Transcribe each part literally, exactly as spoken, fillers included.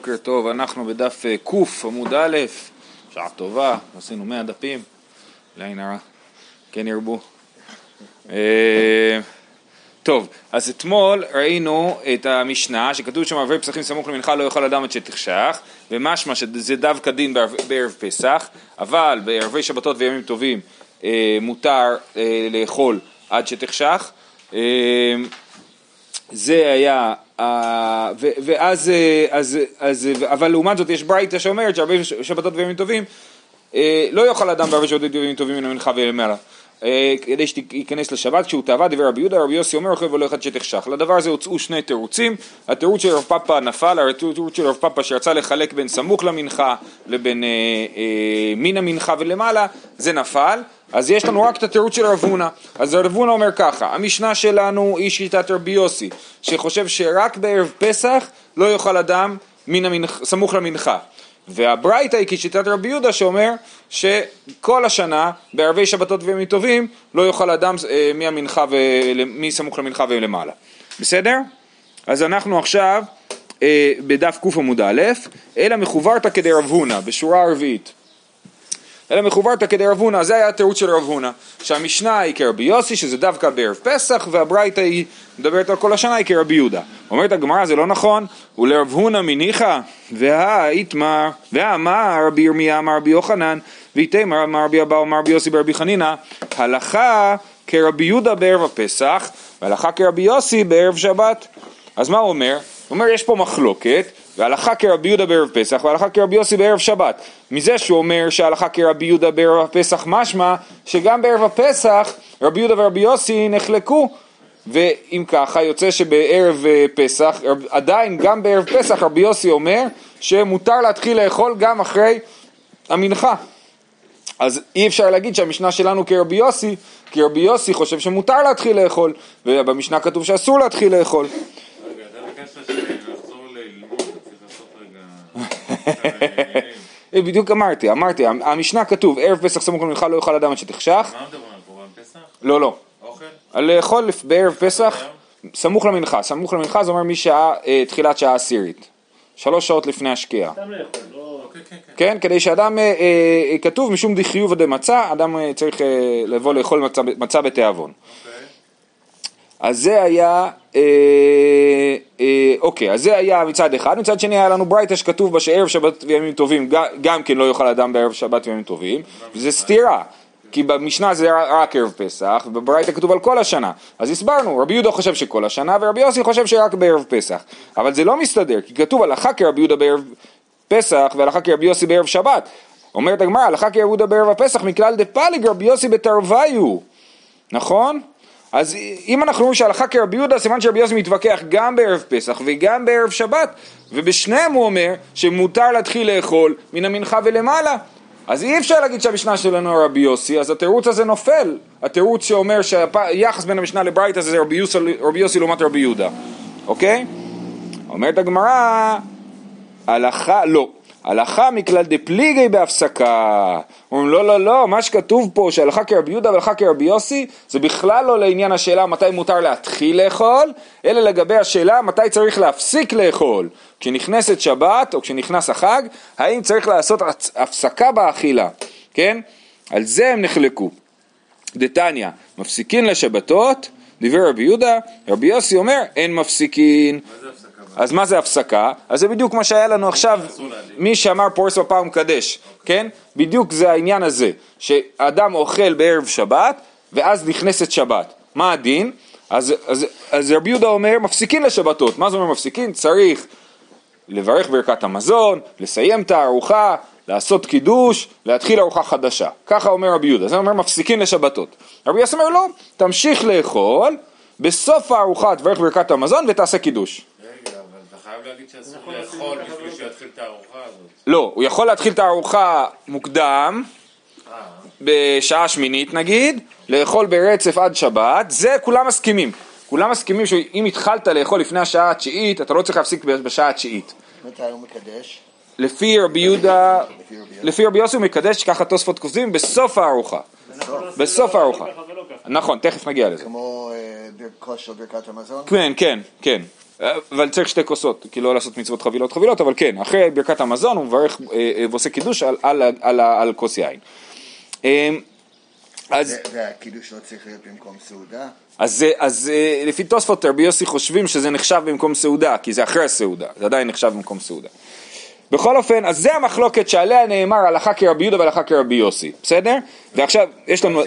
בוקר טוב, אנחנו בדף קוף עמוד א', שעה טובה, עשינו מאה דפים, לעין הרע, כן ירבו. טוב, אז אתמול ראינו את המשנה שכתוב שם ערבי פסחים סמוך למנחה לא יאכל אדם עד שתחשך, ומשמע שזה דווקא דין בערב פסח, אבל בערבי שבתות וימים טובים מותר לאכול עד שתחשך. זה היה, ואז, אז, אז, אבל לעומת זאת יש ברייתא שאומרת שערבי שבתות וימים טובים לא יאכל אדם בערבי שבתות וימים טובים מן המנחה ולמעלה, כדי שייכנס לשבת. כשהוא תאווה דבר רבי יהודה, רבי יוסי אומר אוכל ולא אחד שתחשך. לדבר הזה הוצאו שני תירוצים. התירוץ של רב פאפא נפל, התירוץ של רב פאפא שרצה לחלק בין סמוך למנחה לבין אה, אה, מן המנחה ולמעלה, זה נפל. אז יש לנו רק את התירוץ של רב הונא. אז רב הונא אומר ככה, המשנה שלנו היא שיטת רבי יוסי, שחושב שרק בערב פסח לא יאכל אדם מן המנחה, סמוך למנחה. והברייתא היא כשיטת רבי יהודה שאומר שכל השנה בערבי שבתות וימים טובים לא יאכל אדם מהמנחה ומסמוך למנחה ולמעלה. בסדר? אז אנחנו עכשיו בדף קוף עמוד א', אלא מחוברתא כדי רב הונא, בשורה הרביעית. אלא מחוברתא כדי רב הונא, זה היה התירוץ של רב הונא, שהמשנה היא כרבי יוסי, שזה דווקא בערב פסח, והברייתא היא מדברת על כל השנה, היא כרבי יהודה. אומרת הגמרא, זה לא נכון, ולרב הונא מניחא, והאיתמר, והאמר רבי ירמיה אמר רבי יוחנן, ואיתמר אמר רבי אבא אמר רבי יוסי ברבי חנינא, הלכה כרבי יהודה בערב הפסח, והלכה כרבי יוסי בערב שבת. אז מה הוא אומר? הוא אומר, יש פה מחלוקת, והלכה כרבי יהודה בערב פסח, והלכה כרבי יוסי בערב שבת. מזה שהוא אומר שהלכה כרבי יהודה בערב הפסח משמע, שגם בערב הפסח רבי יהודה ורבי יוסי נחלקו, ואם ככה יוצא שבערב פסח, עדיין גם בערב פסח רבי יוסי אומר שמותר להתחיל לאכול גם אחרי המנחה. אז אי אפשר להגיד שהמשנה שלנו כרבי יוסי, כי רבי יוסי חושב שמותר להתחיל לאכול, ובמשנה כתוב שאסור להתחיל לאכול. רגע, אתה ביקשת שנחזור ללמוד, צריך לעשות רגע... בדיוק אמרתי, אמרתי, המשנה כתוב, ערב פסח סמוך למנחה לא יאכל אדם עד שתחשך. מה מדברים על קורבן פסח? לא, לא. אוכל? על לאכול בערב פסח, סמוך למנחה. סמוך למנחה זה אומר משעה, תחילת שעה עשירית. שלוש שעות לפני השקיעה. סתם לאכול, לא... כן, כדי שאדם, כתוב משום דחיוב עד מצה, אדם צריך לבוא לאכול מצה בתיאבון. אז זה היה, אוקיי, אז זה היה מצד אחד. מצד שני היה לנו ברייתא שכתוב בה שערב שבת וימים טובים, גם כן לא יאכל אדם בערב שבת וימים טובים, וזה סתירה. כי במשנה זה רק ערב פסח, ובברייתא כתוב על כל השנה. אז הסברנו, רבי יהודה חושב שכל השנה, ורבי יוסי חושב שרק בערב פסח. אבל זה לא מסתדר, כי כתוב הלכה כרבי יהודה בערב פסח, והלכה כרבי יוסי בערב שבת. אומרת הגמרא, הלכה כרבי יהודה בערב הפסח, מכלל דפליג רבי יוסי בתרוויו. נכון? אז אם אנחנו רואים שהלכה כרבי יהודה, סימן שרבי יוסי מתווכח גם בערב פסח וגם בערב שבת, ובשניהם הוא אומר שמותר להתחיל לאכול מן המנחה ולמעלה. אז אי אפשר להגיד שהמשנה שלנו רבי יוסי, אז התירוץ הזה נופל. התירוץ שאומר שהיחס בין המשנה לברייתא זה רבי יוסי, רבי יוסי לעומת רבי יהודה. אוקיי? אומרת הגמרא, הלכה, לא. הלכה מכלל דפליגי בהפסקה. אומרים לא, לא, לא, מה שכתוב פה שהלכה כרבי יהודה והלכה כרבי יוסי, זה בכלל לא לעניין השאלה מתי מותר להתחיל לאכול, אלא לגבי השאלה מתי צריך להפסיק לאכול. כשנכנסת שבת או כשנכנס החג, האם צריך לעשות הפסקה באכילה, כן? על זה הם נחלקו. דתניא, מפסיקין לשבתות, דבר רבי יהודה, רבי יוסי אומר, אין מפסיקין. אז מה זה הפסקה? אז זה בדיוק מה שהיה לנו עכשיו, מי שאמר פורס בפעם קדש, כן? בדיוק זה העניין הזה, שאדם אוכל בערב שבת, ואז נכנסת שבת. מה הדין? אז, אז, אז רבי יהודה אומר, מפסיקין לשבתות. מה זה אומר מפסיקין? צריך לברך ברכת המזון, לסיים את הארוחה, לעשות קידוש, להתחיל ארוחה חדשה. ככה אומר רבי יהודה, זה אומר מפסיקין לשבתות. רבי יוסי אומר, לא, תמשיך לאכול, בסוף הארוחה תברך ברכת המזון ותעשה קידוש. חייב להגיד שאסור לאכול בשביל שיתחיל את הארוחה הזאת. לא, הוא יכול להתחיל את הארוחה מוקדם, בשעה שמינית נגיד, לאכול ברצף עד שבת, זה כולם מסכימים. כולם מסכימים שאם התחלת לאכול לפני השעה התשיעית, אתה לא צריך להפסיק בשעה התשיעית. מתי הוא מקדש? לפי רבי יהודה, לפי רבי יוסי הוא מקדש, ככה תוספות כותבים, בסוף הארוחה. בסוף הארוחה. נכון, תכף נגיע לזה. כמו כוס של ברכת המזון? כן, כן, כן. אבל צריך שתי כוסות, כי לא לעשות מצוות חבילות חבילות, אבל כן, אחרי ברכת המזון הוא מברך ועושה קידוש על, על, על, על כוס יין. אז והקידוש לא צריך להיות במקום סעודה? אז, אז לפי תוספות רבי יוסי חושבים שזה נחשב במקום סעודה, כי זה אחרי הסעודה, זה עדיין נחשב במקום סעודה. בכל אופן, אז זה המחלוקת שעליה נאמר הלכה כרבי יהודה והלכה כרבי יוסי, בסדר? ועכשיו יש לנו...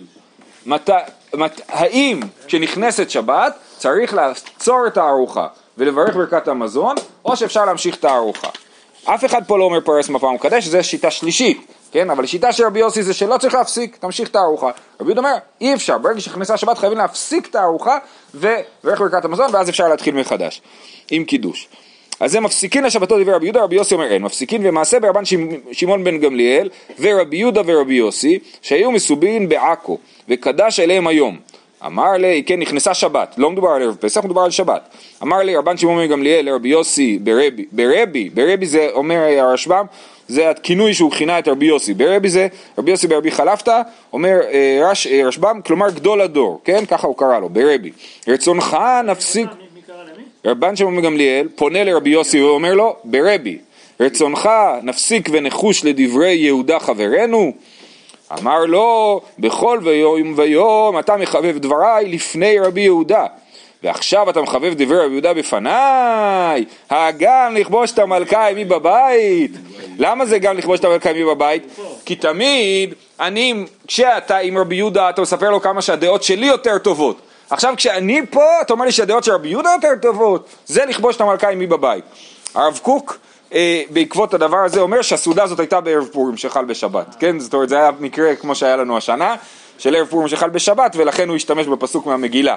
מת, מת, האם כשנכנסת שבת צריך לעצור את הארוחה ולברך ברכת המזון, או שאפשר להמשיך את הארוחה? אף אחד פה לא אומר פרס מפה ומקדש, זה שיטה שלישית, כן? אבל השיטה של רבי יוסי זה שלא צריך להפסיק, תמשיך את הארוחה. רבי יהודה אומר, אי אפשר, ברגע שנכנסה שבת חייבים להפסיק את הארוחה ולברך ברכת המזון, ואז אפשר להתחיל מחדש עם קידוש. אז הם מפסיקין לשבתות דבר רבי יהודה, רבי יוסי אומר אין, מפסיקין ומעשה ברבן שמעון בן גמליאל ורבי יהודה ורבי יוסי שהיו מסובין בעכו וקדש אליהם היום. אמר לי, כן, נכנסה שבת, לא מדובר על ערב פסח, מדובר על שבת. אמר לי רבן שמעון בן גמליאל לרבי יוסי ברבי, ברבי, ברבי זה אומר הרשב"ם, זה הכינוי שהוא כינה את רבי יוסי, ברבי זה, רבי יוסי ברבי חלפתא, אומר רש, רשב"ם, כלומר גדול הדור, כן, ככה הוא קרא לו, ברבי. רצונך נפסיק... רבן שמעון בן גמליאל פונה לרבי יוסי ואומר לו, ברבי, רצונך נפסיק ונחוש לדברי יהודה חברנו? אמר לו, בכל ויום ויום אתה מחבב דבריי לפני רבי יהודה, ועכשיו אתה מחבב דברי רבי יהודה בפניי, גם לכבוש את המלכה עמי בבית. למה זה גם לכבוש את המלכה עמי בבית? כי תמיד אני, כשאתה עם רבי יהודה אתה מספר לו כמה שהדעות שלי יותר טובות, עכשיו כשאני פה, אתה אומר לי שהדעות של רבי יהודה יותר טובות, זה לכבוש את המלכה עמי בבית. הרב קוק, אה, בעקבות הדבר הזה, אומר שהסעודה הזאת הייתה בערב פורים שחל בשבת, כן? זאת אומרת, זה היה מקרה כמו שהיה לנו השנה, של ערב פורים שחל בשבת, ולכן הוא השתמש בפסוק מהמגילה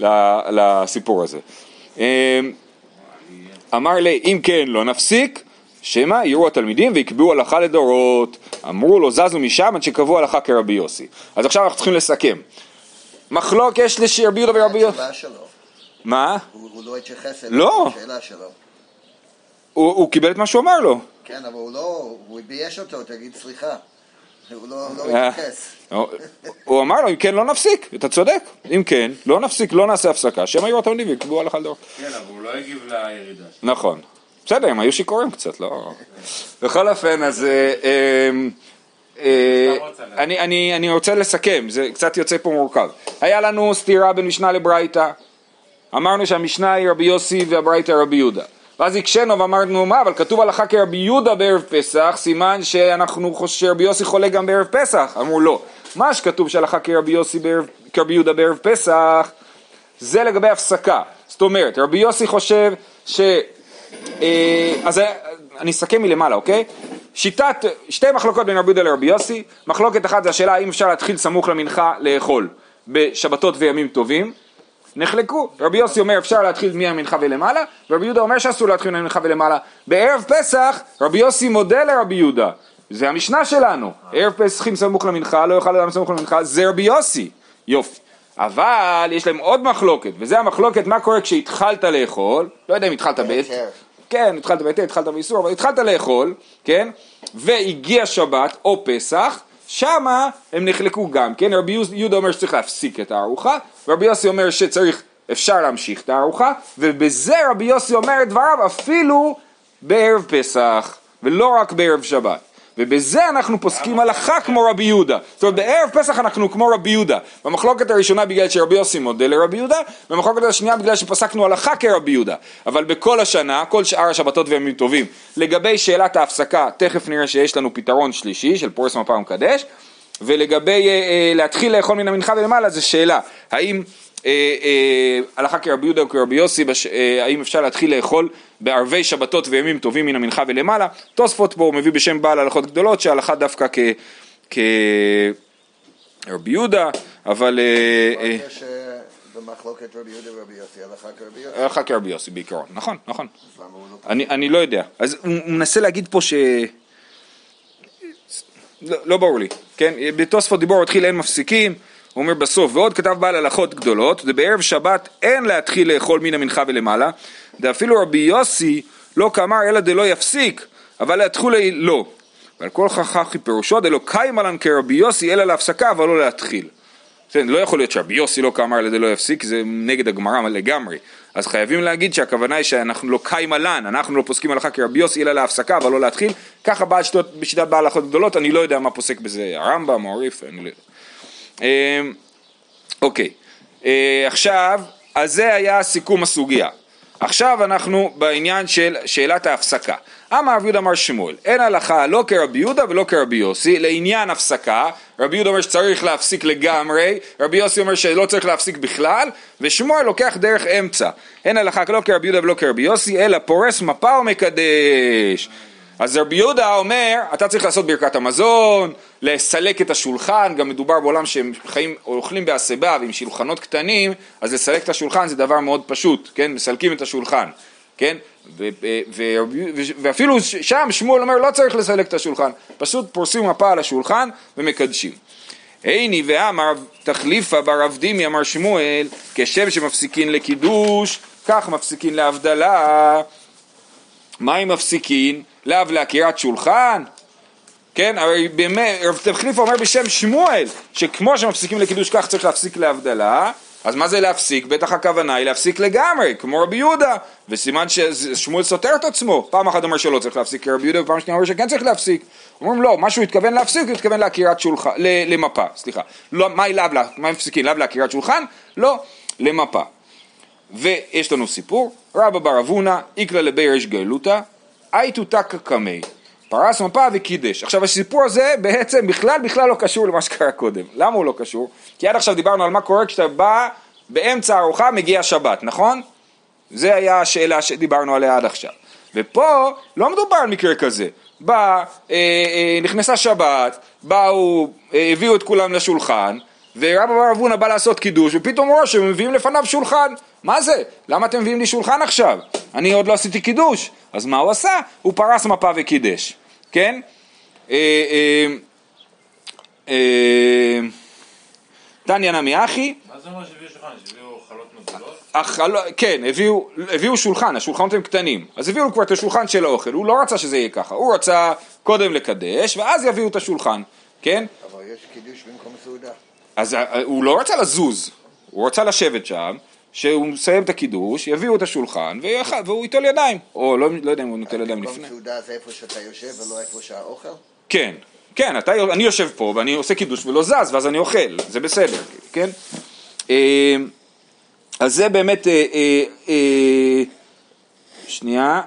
לסיפור הזה. אה, אמר לי, אם כן, לא נפסיק, שמה יראו התלמידים ויקבעו הלכה לדורות. אמרו לו, זזו משם עד שקבעו הלכה כרבי יוסי. אז עכשיו אנחנו צריכים לסכם. מחלוק יש לרבי יהודה ורבי יוסי. מה? הוא לא התייחס לא. לשאלה שלו. הוא קיבל את מה שהוא אמר לו. כן, אבל הוא לא, הוא בייש אותו, תגיד סליחה. הוא לא התייחס. הוא אמר לו, אם כן לא נפסיק, אתה צודק. אם כן, לא נפסיק, לא נעשה הפסקה, שהם היו התלמידים ויקבעו הלכה לדורות. כן, אבל הוא לא הגיב לירידה. נכון. בסדר, הם היו שיכורים קצת, לא... בכל אופן, אז... אני, אני, אני רוצה לסכם, זה קצת יוצא פה מורכב. היה לנו סתירה בין משנה לברייתא, אמרנו שהמשנה היא רבי יוסי והברייתא רבי יהודה. ואז הקשנו ואמרנו מה, אבל כתוב הלכה כרבי יהודה בערב פסח, סימן שאנחנו חושבים שרבי יוסי חולה גם בערב פסח. אמרו לא, מה שכתוב שהלכה כרבי יוסי בערב, כרבי יהודה בערב פסח, זה לגבי הפסקה. זאת אומרת, רבי יוסי חושב ש... אה, אז אני אסכם מלמעלה, אוקיי? שיטת, שתי מחלוקות בין רבי יהודה לרבי יוסי. מחלוקת אחת זה השאלה האם אפשר להתחיל סמוך למנחה לאכול בשבתות וימים טובים. נחלקו, רבי יוסי אומר אפשר להתחיל מהמנחה ולמעלה, ורבי יהודה אומר שאסור להתחיל מהמנחה ולמעלה. בערב פסח רבי יוסי מודה לרבי יהודה, זה המשנה שלנו, ערב פסחים סמוך למנחה, לא יאכל אדם סמוך למנחה, זה רבי יוסי, יופי. אבל יש להם עוד מחלוקת, וזה המחלוקת מה קורה כשהתחלת לאכול, לא יודע אם התחלת בעת, כן, התחלת בעת, התחלת באיסור, אבל התחלת לאכול, כן, והגיע שבת או פסח, שמה הם נחלקו גם, כן, רבי יהודה אומר שצריך להפסיק את הארוחה, ורבי יוסי אומר שצריך, אפשר להמשיך את הארוחה, ובזה רבי יוסי אומר את דבריו אפילו בערב פסח, ולא רק בערב שבת. ובזה אנחנו פוסקים הלכה כמו רבי יהודה. זאת אומרת, בערב פסח אנחנו כמו רבי יהודה. במחלוקת הראשונה בגלל שרבי יוסי מודה לרבי יהודה, במחלוקת השנייה בגלל שפסקנו הלכה כרבי יהודה. אבל בכל השנה, כל שאר השבתות וימים טובים, לגבי שאלת ההפסקה, תכף נראה שיש לנו פתרון שלישי של פורס מפה ומקדש, ולגבי אה, אה, להתחיל לאכול מן המנחה ולמעלה, זה שאלה, האם אה, אה, הלכה כרבי יהודה או כרבי יוסי, בש, אה, האם אפשר להתחיל לאכול בערבי שבתות וימים טובים מן המנחה ולמעלה. תוספות פה הוא מביא בשם בעל הלכות גדולות שההלכה דווקא כרבי יהודה, אבל יש במחלוקת רבי יהודה ורבי יוסי הלכה כרבי יוסי, הלכה כרבי יוסי בעיקרון, נכון, נכון. אני לא יודע, אז הוא מנסה להגיד פה ש... לא ברור לי, כן, בתוספות דיבור התחיל אין מפסיקים, הוא אומר בסוף, ועוד כתב בעל הלכות גדולות, ובערב שבת אין להתחיל לאכול מן המנחה ולמעלה, ואפילו רבי יוסי לא כאמר אלא דלא יפסיק, אבל להתחיל לא. ועל כל חככי פירושו דלא קיים עלן כרבי יוסי אלא להפסקה אבל לא להתחיל. לא יכול להיות שרבי יוסי לא כאמר לזה לא יפסיק, זה נגד הגמרא לגמרי. אז חייבים להגיד שהכוונה היא שאנחנו לא קיימה לן, אנחנו לא פוסקים הלכה כרבי יוסי אלא להפסקה, אבל לא להתחיל. ככה בשיטת בעל הלכות גדולות, אני לא יודע מה פוסק בזה, הרמב"ם, הריף, אני לא יודע. אוקיי, עכשיו, אז זה היה סיכום הסוגיה. עכשיו אנחנו בעניין של שאלת ההפסקה. אמר רבי יהודה אמר שמואל, אין הלכה לא כרבי יהודה ולא כרבי יוסי, לעניין הפסקה, רבי יהודה אומר שצריך להפסיק לגמרי, רבי יוסי אומר שלא צריך להפסיק בכלל, ושמואל לוקח דרך אמצע. אין הלכה לא כרבי יהודה ולא כרבי יוסי, אלא פורס מפה ומקדש. אז רבי יהודה אומר, אתה צריך לעשות ברכת המזון, לסלק את השולחן, גם מדובר בעולם שהם חיים או אוכלים בהסבה ועם שולחנות קטנים, אז לסלק את השולחן זה דבר מאוד פשוט, כן? מסלקים את השולחן, כן? ו- ו- ו- ואפילו שם שמואל אומר, לא צריך לסלק את השולחן, פשוט פורסים מפה על השולחן ומקדשים. היני ואמר תחליפה ברב דימי אמר שמואל, כשם שמפסיקין לקידוש, כך מפסיקין להבדלה. מה הם מפסיקין? לאו להכירת שולחן? כן, הרי באמת, רב תחליפה אומר בשם שמואל, שכמו שמפסיקים לקידוש כך צריך להפסיק להבדלה, אז מה זה להפסיק? בטח הכוונה היא להפסיק לגמרי, כמו רבי יהודה, וסימן ששמואל סותר את עצמו, פעם אחת אומר שלא צריך להפסיק כרבי יהודה, ופעם שנייה אומר שכן צריך להפסיק, אומרים לא, מה שהוא התכוון להפסיק, הוא התכוון להכירת שולחן, למפה, סליחה, לא, מה היא לאו, מה הם מפסיקים, לאו להכירת שולחן? לא, למפה. ויש לנו סיפור, רבא בר אבונה, איקלה לבי ריש גאלותא, אייתו תקא קמי, פרס מפה וקידש. עכשיו הסיפור הזה בעצם בכלל בכלל לא קשור למה שקרה קודם. למה הוא לא קשור? כי עד עכשיו דיברנו על מה קורה כשאתה בא באמצע הארוחה מגיע שבת, נכון? זה היה השאלה שדיברנו עליה עד עכשיו. ופה לא מדובר על מקרה כזה. בא, אה, אה, נכנסה שבת, באו, אה, הביאו את כולם לשולחן, ורבא בר אבונה בא לעשות קידוש, ופתאום הוא רואה שהם מביאים לפניו שולחן. מה זה? למה אתם מביאים לי שולחן עכשיו? אני עוד לא עשיתי קידוש. אז מה הוא עשה? הוא פרס מפה וקידש. כן? תניא נמי אחי. מה זה אומר שהביאו שולחן? שהביאו חלות מגולות? כן, הביאו שולחן, השולחנות הם קטנים. אז הביאו כבר את השולחן של האוכל. הוא לא רצה שזה יהיה ככה. הוא רצה קודם לקדש, ואז יביאו את השולחן. כן? אבל יש קידוש במקום סעודה. אז הוא לא רצה לזוז. הוא רצה לשבת שם. שהוא מסיים את הקידוש, יביאו את השולחן, והוא ייטול ידיים, או לא, לא יודע אם הוא נוטל ידיים לפני. במקום סעודה זה איפה שאתה יושב ולא איפה שהאוכל? כן, כן, אתה, אני יושב פה ואני עושה קידוש ולא זז, ואז אני אוכל, זה בסדר, כן? אז זה באמת, שנייה,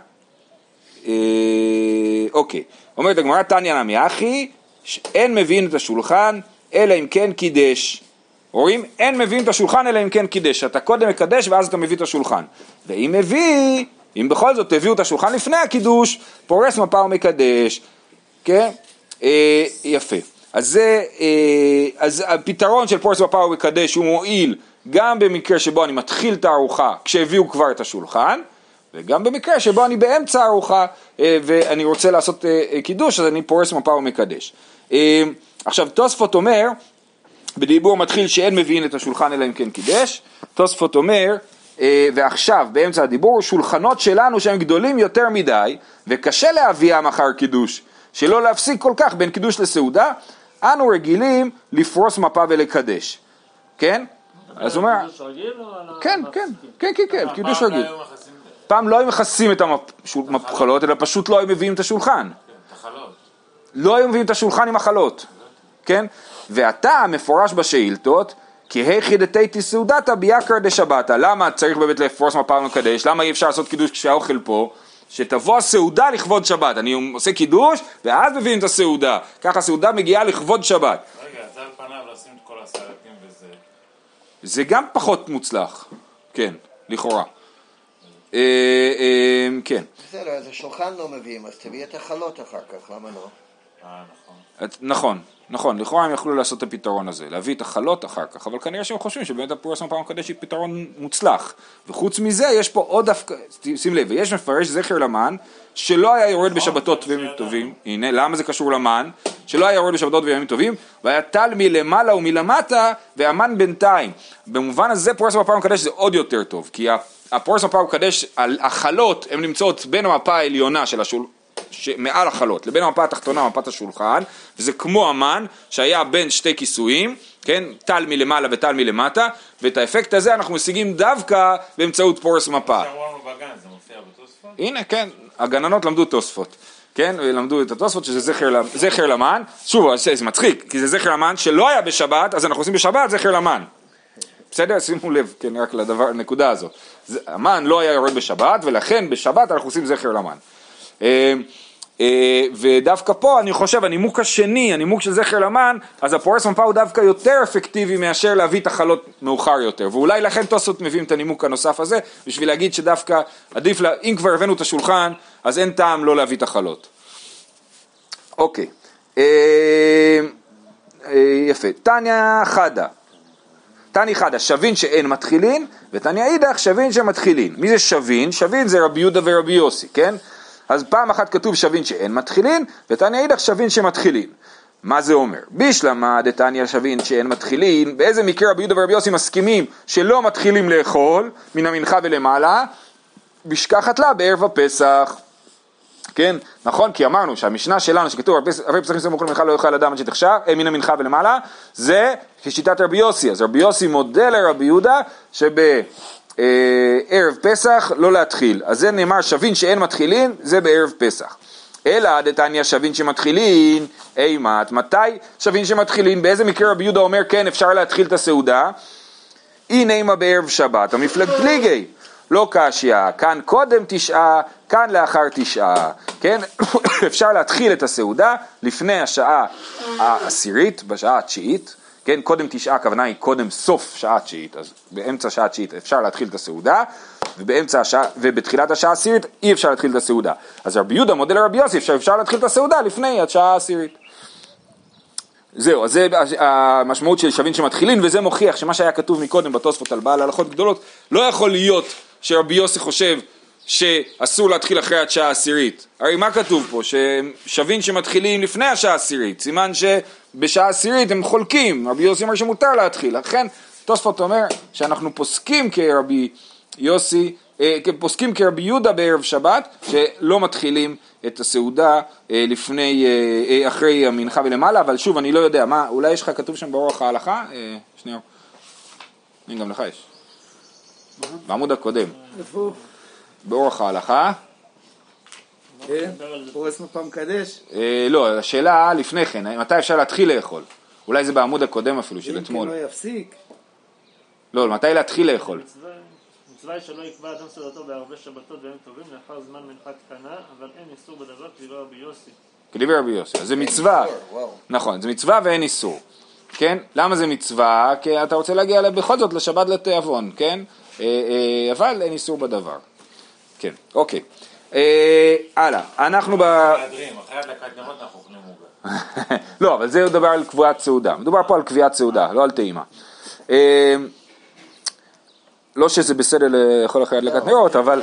אוקיי, אומרת הגמרא, תניא נמי אחי, אין מבין את השולחן, אלא אם כן קידש. רואים? אין מביאים את השולחן אלא אם כן קידש, אתה קודם מקדש ואז אתה מביא את השולחן. ואם מביא, אם בכל זאת תביאו את השולחן לפני הקידוש, פורס מפה ומקדש. כן? אה, יפה. אז זה, אה, אז הפתרון של פורס מפה ומקדש הוא מועיל גם במקרה שבו אני מתחיל את הארוחה כשהביאו כבר את השולחן, וגם במקרה שבו אני באמצע הארוחה אה, ואני רוצה לעשות אה, קידוש, אז אני פורס מפה ומקדש. אה, עכשיו תוספות אומר, בדיבור מתחיל שאין מביאים את השולחן אלא אם כן קידש, תוספות אומר, אה, ועכשיו באמצע הדיבור, שולחנות שלנו שהם גדולים יותר מדי, וקשה להביאם אחר קידוש, שלא להפסיק כל כך בין קידוש לסעודה, אנו רגילים לפרוס מפה ולקדש, כן? אז הוא אומר, כן, כן, כן, כן, כן, קידוש רגיל. פעם לא היו מכסים את המחלות, אלא פשוט לא היו מביאים את השולחן. לא היו מביאים את השולחן עם החלות, כן? ואתה מפורש בשאילתות, כי היחידתי תסעודתה בייקר דשבתא. למה צריך באמת לפרוס מפה ומקדש? למה אי אפשר לעשות קידוש כשהאוכל פה? שתבוא הסעודה לכבוד שבת. אני עושה קידוש, ואז מביאים את הסעודה. ככה הסעודה מגיעה לכבוד שבת. רגע, זה על פניו לשים את כל הסלטים וזה... זה גם פחות מוצלח. כן, לכאורה. כן. בסדר, אז השולחן לא מביאים, אז תביא את החלות אחר כך, למה לא? אה, נכון. נכון, נכון, לכאורה הם יכלו לעשות את הפתרון הזה, להביא את החלות אחר כך, אבל כנראה שהם חושבים שבאמת הפורס מפה ומקדש היא פתרון מוצלח, וחוץ מזה יש פה עוד דווקא, שים לב, יש מפרש זכר למן, שלא היה יורד בשבתות וימים טובים, הנה, למה זה קשור למן? שלא היה יורד בשבתות וימים טובים, והיה טל מלמעלה ומלמטה, ואמן בינתיים. במובן הזה פורס מפה ומקדש זה עוד יותר טוב, כי הפורס מפה ומקדש, החלות, הן נמצאות בין המפה העליונה של השול... מעל החלות, לבין המפה התחתונה ומפת השולחן, וזה כמו המן שהיה בין שתי כיסויים, כן, טל מלמעלה וטל מלמטה, ואת האפקט הזה אנחנו משיגים דווקא באמצעות פורס מפה. בגן, זה מופיע בתוספות? הנה, כן, הגננות למדו תוספות, כן, למדו את התוספות שזה זכר, זכר למן, שוב, זה מצחיק, כי זה זכר למן שלא היה בשבת, אז אנחנו עושים בשבת זכר למן. בסדר? שימו לב, כן, רק לדבר, הנקודה הזאת. המן לא היה יורד בשבת, ולכן בשבת אנחנו עושים זכר למן. ודווקא פה אני חושב, הנימוק השני, הנימוק של זכר למן, אז הפורס מפה הוא דווקא יותר אפקטיבי מאשר להביא את החלות מאוחר יותר, ואולי לכן תוספות מביאים את הנימוק הנוסף הזה, בשביל להגיד שדווקא עדיף, לה, אם כבר הבאנו את השולחן, אז אין טעם לא להביא את החלות. אוקיי. יפה. תניא חדה. תני חדה, שווין שאין מתחילין, ותני אידך שווין שמתחילין. מי זה שווין? שווין זה רבי יהודה ורבי יוסי, כן? אז פעם אחת כתוב שווין שאין מתחילין, ותני אידך שווין שמתחילין. מה זה אומר? בישלמה דתניא שווין שאין מתחילין, באיזה מקרה רבי יהודה ורבי יוסי מסכימים שלא מתחילים לאכול מן המנחה ולמעלה, בשכחת לה בערב הפסח. כן, נכון, כי אמרנו שהמשנה שלנו שכתוב הרבה פסחים סמוך למנחה לא יאכל אדם עד שתחשב, מן המנחה ולמעלה, זה כשיטת רבי יוסי. אז רבי יוסי מודה לרבי יהודה שבערב פסח לא להתחיל. אז זה נאמר שווין שאין מתחילין, זה בערב פסח. אלא דתניא שווין שמתחילין, אימת, מתי שווין שמתחילין? באיזה מקרה רבי יהודה אומר כן אפשר להתחיל את הסעודה? הנה אימה בערב שבת, המפלג פליגי. לא קשיא, כאן קודם תשעה, כאן לאחר תשעה, כן? אפשר להתחיל את הסעודה לפני השעה העשירית, בשעה התשיעית, כן? קודם תשעה, הכוונה היא קודם סוף שעה תשיעית, אז באמצע שעה תשיעית אפשר להתחיל את הסעודה, ובאמצע השעה, ובתחילת השעה העשירית אי אפשר להתחיל את הסעודה. אז רבי יהודה מודה לרבי יוסי, אפשר, אפשר להתחיל את הסעודה לפני השעה העשירית. זהו, אז זה המשמעות של שווין שמתחילין, וזה מוכיח שמה שהיה כתוב מקודם בתוספות על בעל הלכות גדולות, לא יכול להיות שרבי יוסי חושב שאסור להתחיל אחרי השעה העשירית. הרי מה כתוב פה? ששווין שמתחילים לפני השעה העשירית, סימן שבשעה העשירית הם חולקים, רבי יוסי אומר שמותר להתחיל, לכן תוספות אומר שאנחנו פוסקים כרבי יוסי, פוסקים כרבי יהודה בערב שבת, שלא מתחילים את הסעודה לפני, אחרי המנחה ולמעלה, אבל שוב אני לא יודע, מה, אולי יש לך כתוב שם באורח ההלכה? שנייה, אין גם לך יש. בעמוד הקודם. באורח ההלכה. כן, פורס מפה מקדש. לא, השאלה לפני כן, מתי אפשר להתחיל לאכול? אולי זה בעמוד הקודם אפילו של אתמול. אם כן לא יפסיק. לא, מתי להתחיל לאכול? מצווה שלא יקבע אדם סעודתו בערבי שבתות והם טובים לאחר זמן מנחה קטנה, אבל אין איסור בדבר כדברי רבי יוסי. כדברי רבי יוסי, אז זה מצווה. נכון, זה מצווה ואין איסור. כן? למה זה מצווה? כי אתה רוצה להגיע בכל זאת לשבת לתיאבון, כן? אבל אין איסור בדבר. כן, אוקיי. הלאה, אנחנו ב... אחרי הדלקת נרות אנחנו אוכלים עוגה. לא, אבל זה מדבר על קביעת סעודה. מדובר פה על קביעת סעודה, לא על טעימה. לא שזה בסדר לאכול אחרי הדלקת נרות, אבל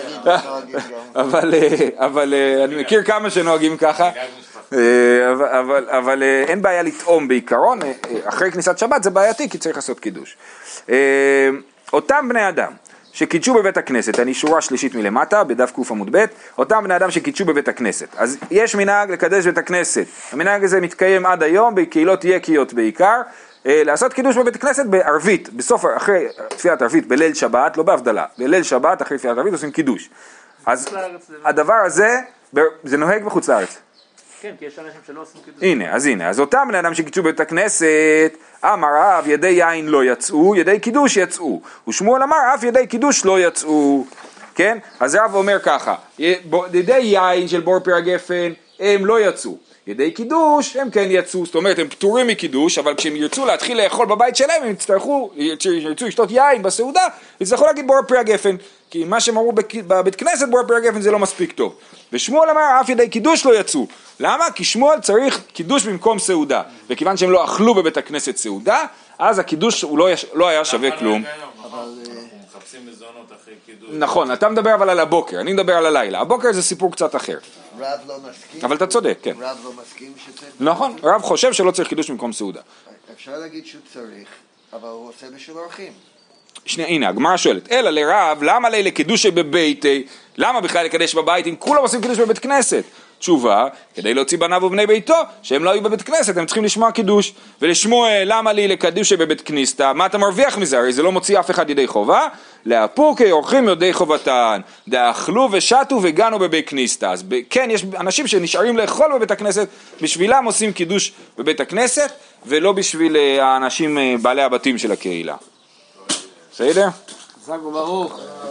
אבל אני מכיר כמה שנוהגים ככה. אבל, אבל אין בעיה לטעום בעיקרון, אחרי כניסת שבת זה בעייתי כי צריך לעשות קידוש. אותם בני אדם שקידשו בבית הכנסת, אני שורה שלישית מלמטה, בדף קוף עמוד ב', אותם בני אדם שקידשו בבית הכנסת. אז יש מנהג לקדש בית הכנסת, המנהג הזה מתקיים עד היום בקהילות יקיות בעיקר, לעשות קידוש בבית הכנסת בערבית, בסוף, אחרי תפילת ערבית, בליל שבת, לא בהבדלה, בליל שבת אחרי תפילת ערבית עושים קידוש. אז הדבר הזה, זה נוהג בחוץ לארץ. כן, כי יש אנשים שלא עושים קידוש. הנה, אז הנה, אז אותם בני אדם שקידשו בית הכנסת, אמר רב, ידי יין לא יצאו, ידי קידוש יצאו. ושמואל אמר, אף ידי קידוש לא יצאו. כן? אז רב אומר ככה, ידי יין של בור פרי הגפן, הם לא יצאו. ידי קידוש, הם כן יצאו. זאת אומרת, הם פטורים מקידוש, אבל כשהם ירצו להתחיל לאכול בבית שלהם, הם יצטרכו, ירצו לשתות יין בסעודה, יצטרכו להגיד בור פרי הגפן. כי מה שהם אמרו בבית כנסת בור פרי הגפן זה לא מספיק טוב. ושמואל אמר, אף ידי קידוש לא יצאו. למה? כי שמואל צריך קידוש במקום סעודה. וכיוון שהם לא אכלו בבית הכנסת סעודה, אז הקידוש הוא לא, יש, לא היה שווה כלום. אנחנו מחפשים מזונות אחרי קידוש. נכון, אתה מדבר אבל על הבוקר, אני מדבר על הלילה. הבוקר זה סיפור קצת אחר. רב לא מסכים? אבל אתה צודק, כן. רב לא מסכים שצריך? נכון, רב חושב שלא צריך קידוש במקום סעודה. אפשר להגיד שהוא צריך, אבל הוא עושה בשביל אורחים. שנייה, הנה, הגמרא שואלת, אלא לרב, למה לי לקידוש בבית, למה בכלל לקדש בבית אם כולם עושים קידוש בבית כנסת? תשובה, כדי להוציא בניו ובני ביתו, שהם לא היו בבית כנסת, הם צריכים לשמוע קידוש. ולשמואל, למה לי לקדיש בבית כניסתא? מה אתה מרוויח מזה? הרי זה לא מוציא אף אחד ידי חובה. להפוקי אורחים ידי חובתן, דאכלו ושתו וגנו בבית כניסתא. אז כן, יש אנשים שנשארים לאכול בבית הכנסת, בשבילם עושים קידוש בבית הכנסת, ולא בשביל האנשים בעלי הבתים של הקהילה. בסדר? חזק וברוך.